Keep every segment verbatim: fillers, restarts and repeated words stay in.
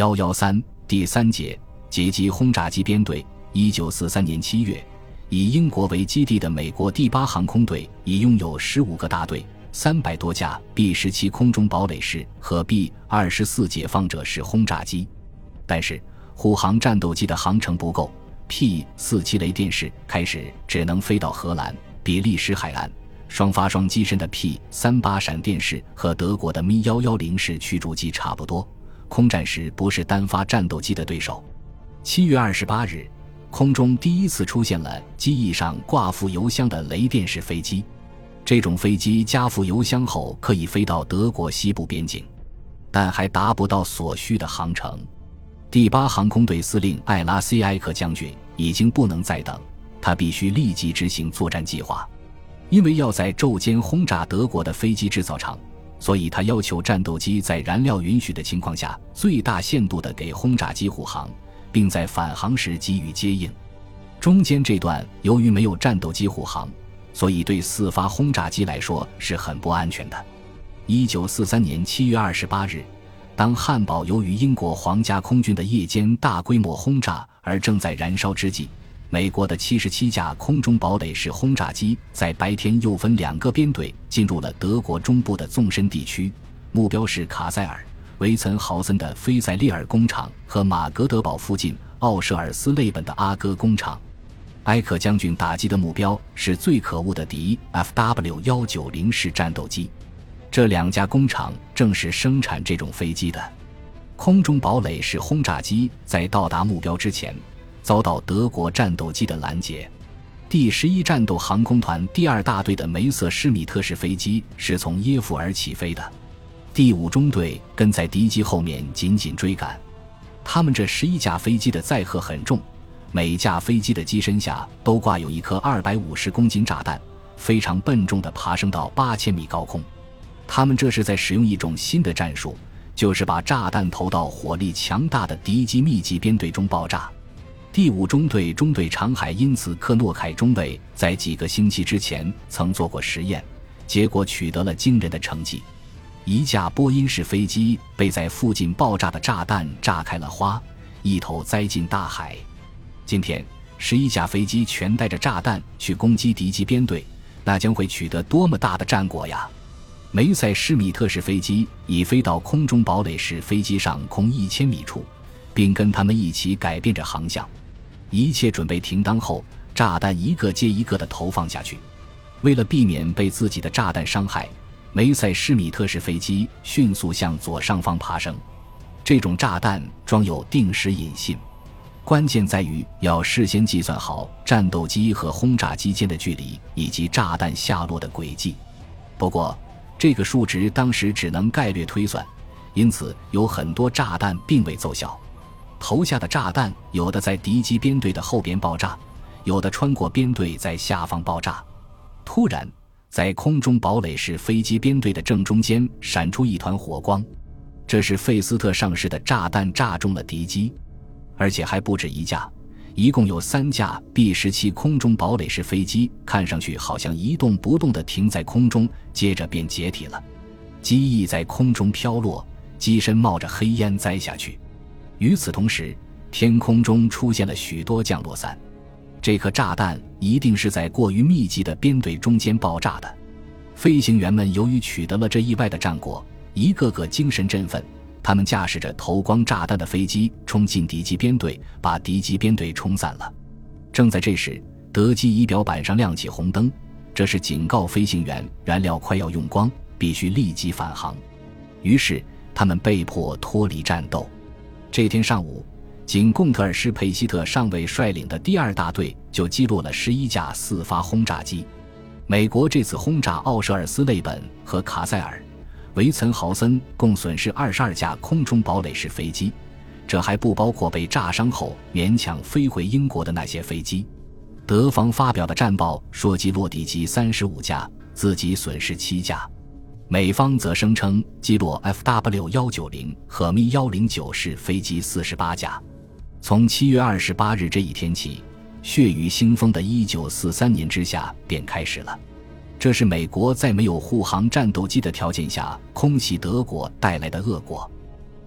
一一三第三节截击轰炸机编队。一九四三年七月，以英国为基地的美国第八航空队已拥有十五个大队、三百多架 B 十七 空中堡垒式和 B 二十四 解放者式轰炸机。但是护航战斗机的航程不够， P 四十七 雷电式开始只能飞到荷兰、比利时海岸，双发双机身的 P 三十八 闪电式和德国的 M 一一零式驱逐机差不多，空战时不是单发战斗机的对手。七月二十八日，空中第一次出现了机翼上挂副油箱的雷电式飞机。这种飞机加副油箱后可以飞到德国西部边境，但还达不到所需的航程。第八航空队司令艾拉 C 埃克将军已经不能再等，他必须立即执行作战计划。因为要在昼间轰炸德国的飞机制造厂，所以他要求战斗机在燃料允许的情况下最大限度地给轰炸机护航，并在返航时给予接应。中间这段由于没有战斗机护航，所以对四发轰炸机来说是很不安全的。一九四三年七月二十八日，当汉堡由于英国皇家空军的夜间大规模轰炸而正在燃烧之际，美国的七十七架空中堡垒式轰炸机在白天又分两个编队进入了德国中部的纵深地区，目标是卡塞尔、维岑豪森的菲塞利尔工厂和马格德堡附近奥舍尔斯类本的阿戈工厂。埃克将军打击的目标是最可恶的敌 F W 一九零 式战斗机，这两家工厂正是生产这种飞机的。空中堡垒式轰炸机在到达目标之前遭到德国战斗机的拦截。第十一战斗航空团第二大队的梅瑟施米特式飞机是从耶夫尔起飞的，第五中队跟在敌机后面紧紧追赶。他们这十一架飞机的载荷很重，每架飞机的机身下都挂有一颗二百五十公斤炸弹，非常笨重地爬升到八千米高空。他们这是在使用一种新的战术，就是把炸弹投到火力强大的敌机密集编队中爆炸。第五中队中队长海因茨克诺凯中尉在几个星期之前曾做过实验，结果取得了惊人的成绩。一架波音式飞机被在附近爆炸的炸弹炸开了花，一头栽进大海。今天十一架飞机全带着炸弹去攻击敌机编队，那将会取得多么大的战果呀！梅塞施米特式飞机已飞到空中堡垒式飞机上空一千米处，并跟他们一起改变着航向。一切准备停当后，炸弹一个接一个地投放下去。为了避免被自己的炸弹伤害，梅塞施米特式飞机迅速向左上方爬升。这种炸弹装有定时引信，关键在于要事先计算好战斗机和轰炸机间的距离以及炸弹下落的轨迹。不过这个数值当时只能概略推算，因此有很多炸弹并未奏效。投下的炸弹有的在敌机编队的后边爆炸，有的穿过编队在下方爆炸。突然在空中堡垒式飞机编队的正中间闪出一团火光，这是费斯特上士的炸弹炸中了敌机，而且还不止一架，一共有三架 B 十七 空中堡垒式飞机看上去好像一动不动地停在空中，接着便解体了，机翼在空中飘落，机身冒着黑烟栽下去。与此同时，天空中出现了许多降落伞，这颗炸弹一定是在过于密集的编队中间爆炸的。飞行员们由于取得了这意外的战果，一个个精神振奋，他们驾驶着投光炸弹的飞机冲进敌机编队，把敌机编队冲散了。正在这时，德机仪表板上亮起红灯，这是警告飞行员燃料快要用光，必须立即返航。于是他们被迫脱离战斗。这天上午，仅贡特尔施佩希特上尉率领的第二大队就击落了十一架四发轰炸机。美国这次轰炸奥舍尔斯类本和卡塞尔、维岑豪森共损失二十二架空中堡垒式飞机，这还不包括被炸伤后勉强飞回英国的那些飞机。德方发表的战报说击落敌机三十五架，自己损失七架。美方则声称击落 F W 一九零 和 M 一零九式飞机四十八架。从七月二十八日这一天起，血雨腥风的一九四三年之夏便开始了。这是美国在没有护航战斗机的条件下空袭德国带来的恶果。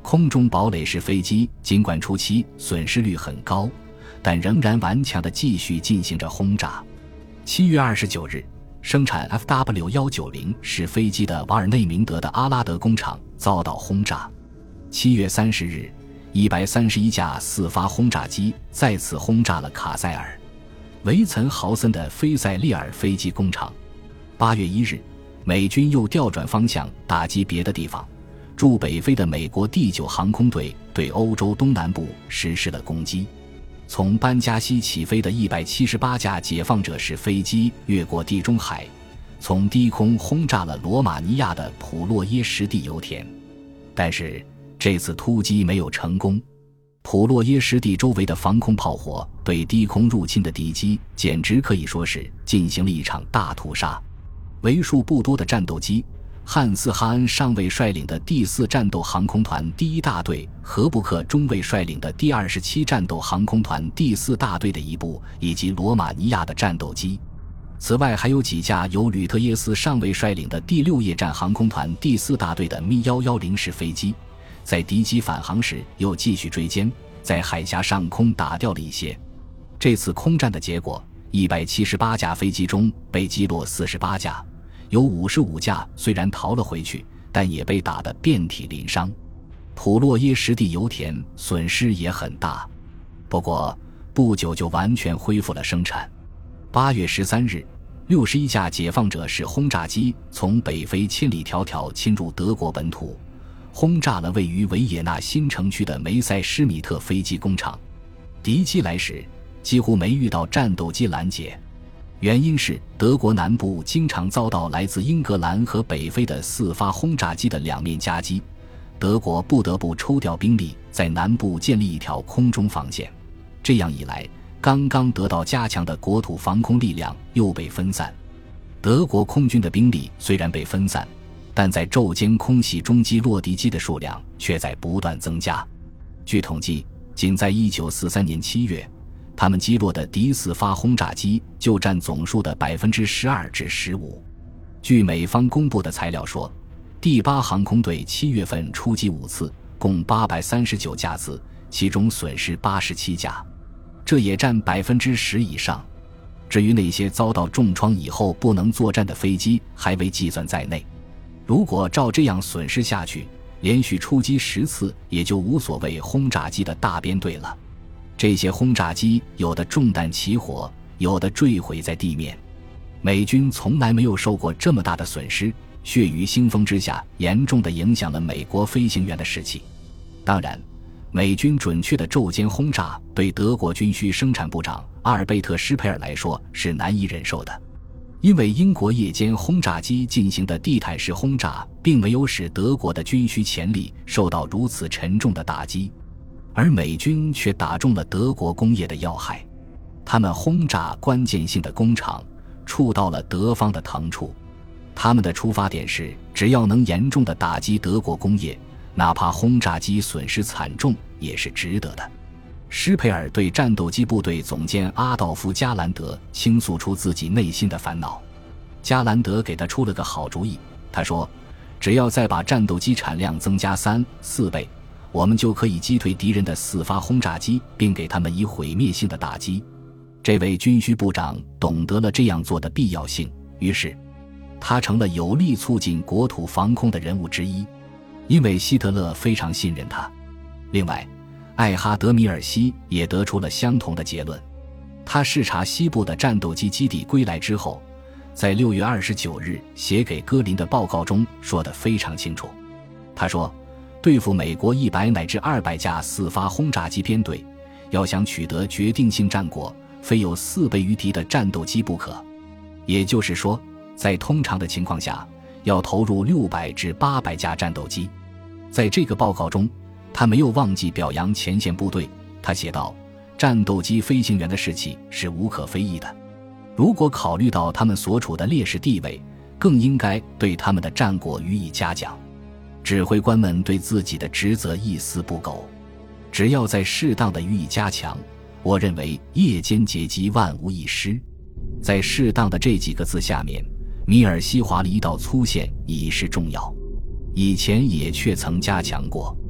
空中堡垒式飞机尽管初期损失率很高，但仍然顽强地继续进行着轰炸。七月二十九日，生产 F W 一九零 式飞机的瓦尔内明德的阿拉德工厂遭到轰炸。七月三十日，一百三十一架四发轰炸机再次轰炸了卡塞尔、维岑豪森的菲塞利尔飞机工厂。八月一日，美军又调转方向打击别的地方。驻北非的美国第九航空队对欧洲东南部实施了攻击。从班加西起飞的一百七十八架解放者式飞机越过地中海，从低空轰炸了罗马尼亚的普洛耶什地油田。但是这次突击没有成功，普洛耶什地周围的防空炮火对低空入侵的敌机简直可以说是进行了一场大屠杀。为数不多的战斗机，汉斯·哈恩上尉率领的第四战斗航空团第一大队和布克中尉率领的第二十七战斗航空团第四大队的一部，以及罗马尼亚的战斗机。此外还有几架由吕特耶斯上尉率领的第六夜战航空团第四大队的 M 一一零式飞机，在敌机返航时又继续追歼，在海峡上空打掉了一些。这次空战的结果，一百七十八架飞机中被击落四十八架，有五十五架虽然逃了回去，但也被打得遍体鳞伤。普洛耶什地油田损失也很大，不过不久就完全恢复了生产。八月十三日，六十一架解放者式轰炸机从北非千里迢迢侵入德国本土，轰炸了位于维也纳新城区的梅塞施米特飞机工厂。敌机来时几乎没遇到战斗机拦截，原因是德国南部经常遭到来自英格兰和北非的四发轰炸机的两面夹击，德国不得不抽调兵力在南部建立一条空中防线。这样一来，刚刚得到加强的国土防空力量又被分散。德国空军的兵力虽然被分散，但在昼间空袭中击落敌机的数量却在不断增加。据统计，仅在一九四三年七月，他们击落的敌四发轰炸机就占总数的 百分之十二至十五。 据美方公布的材料说，第八航空队七月份出击五次，共八百三十九架次，其中损失八十七架，这也占 百分之十 以上。至于那些遭到重创以后不能作战的飞机还未计算在内。如果照这样损失下去，连续出击十次也就无所谓轰炸机的大编队了。这些轰炸机有的中弹起火，有的坠毁在地面。美军从来没有受过这么大的损失，血雨腥风之下严重地影响了美国飞行员的士气。当然，美军准确的昼间轰炸对德国军需生产部长阿尔贝特·施佩尔来说是难以忍受的，因为英国夜间轰炸机进行的地毯式轰炸并没有使德国的军需潜力受到如此沉重的打击，而美军却打中了德国工业的要害。他们轰炸关键性的工厂，触到了德方的疼处。他们的出发点是，只要能严重地打击德国工业，哪怕轰炸机损失惨重也是值得的。施佩尔对战斗机部队总监阿道夫·加兰德倾诉出自己内心的烦恼。加兰德给他出了个好主意，他说，只要再把战斗机产量增加三四倍，我们就可以击退敌人的四发轰炸机，并给他们以毁灭性的打击。这位军需部长懂得了这样做的必要性，于是他成了有力促进国土防空的人物之一，因为希特勒非常信任他。另外，艾哈德·米尔西也得出了相同的结论。他视察西部的战斗机基地归来之后，在六月二十九日写给戈林的报告中说得非常清楚。他说，对付美国一百乃至二百架四发轰炸机编队，要想取得决定性战果，非有四倍于敌的战斗机不可。也就是说，在通常的情况下，要投入六百至八百架战斗机。在这个报告中，他没有忘记表扬前线部队。他写道，战斗机飞行员的士气是无可非议的，如果考虑到他们所处的劣势地位，更应该对他们的战果予以嘉奖。指挥官们对自己的职责一丝不苟，只要在适当的予以加强，我认为夜间截击万无一失。在适当的这几个字下面，米尔西划了一道粗线，以示重要。以前也确曾加强过。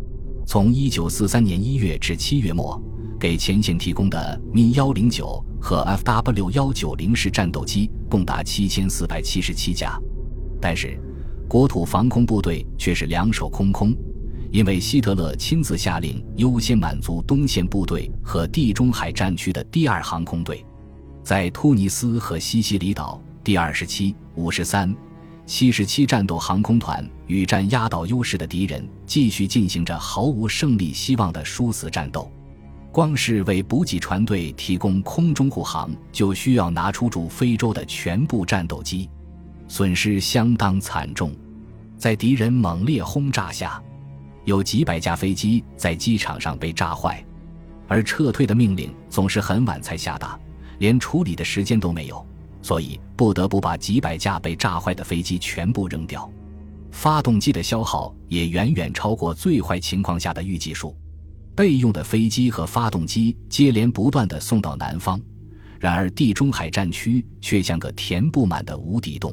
从一九四三年一月至七月末，给前线提供的 M I 一零九和 F W 一九零式战斗机共达七千四百七十七架，但是国土防空部队却是两手空空，因为希特勒亲自下令优先满足东线部队和地中海战区的第二航空队。在突尼斯和西西里岛，第二十七、五十三、七十七战斗航空团与占压倒优势的敌人继续进行着毫无胜利希望的殊死战斗。光是为补给船队提供空中护航，就需要拿出驻非洲的全部战斗机，损失相当惨重。在敌人猛烈轰炸下，有几百架飞机在机场上被炸坏，而撤退的命令总是很晚才下达，连处理的时间都没有，所以不得不把几百架被炸坏的飞机全部扔掉。发动机的消耗也远远超过最坏情况下的预计数。备用的飞机和发动机接连不断地送到南方，然而地中海战区却像个填不满的无底洞。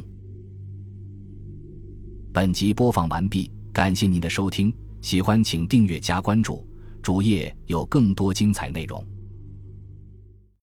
本集播放完毕，感谢您的收听，喜欢请订阅加关注，主页有更多精彩内容。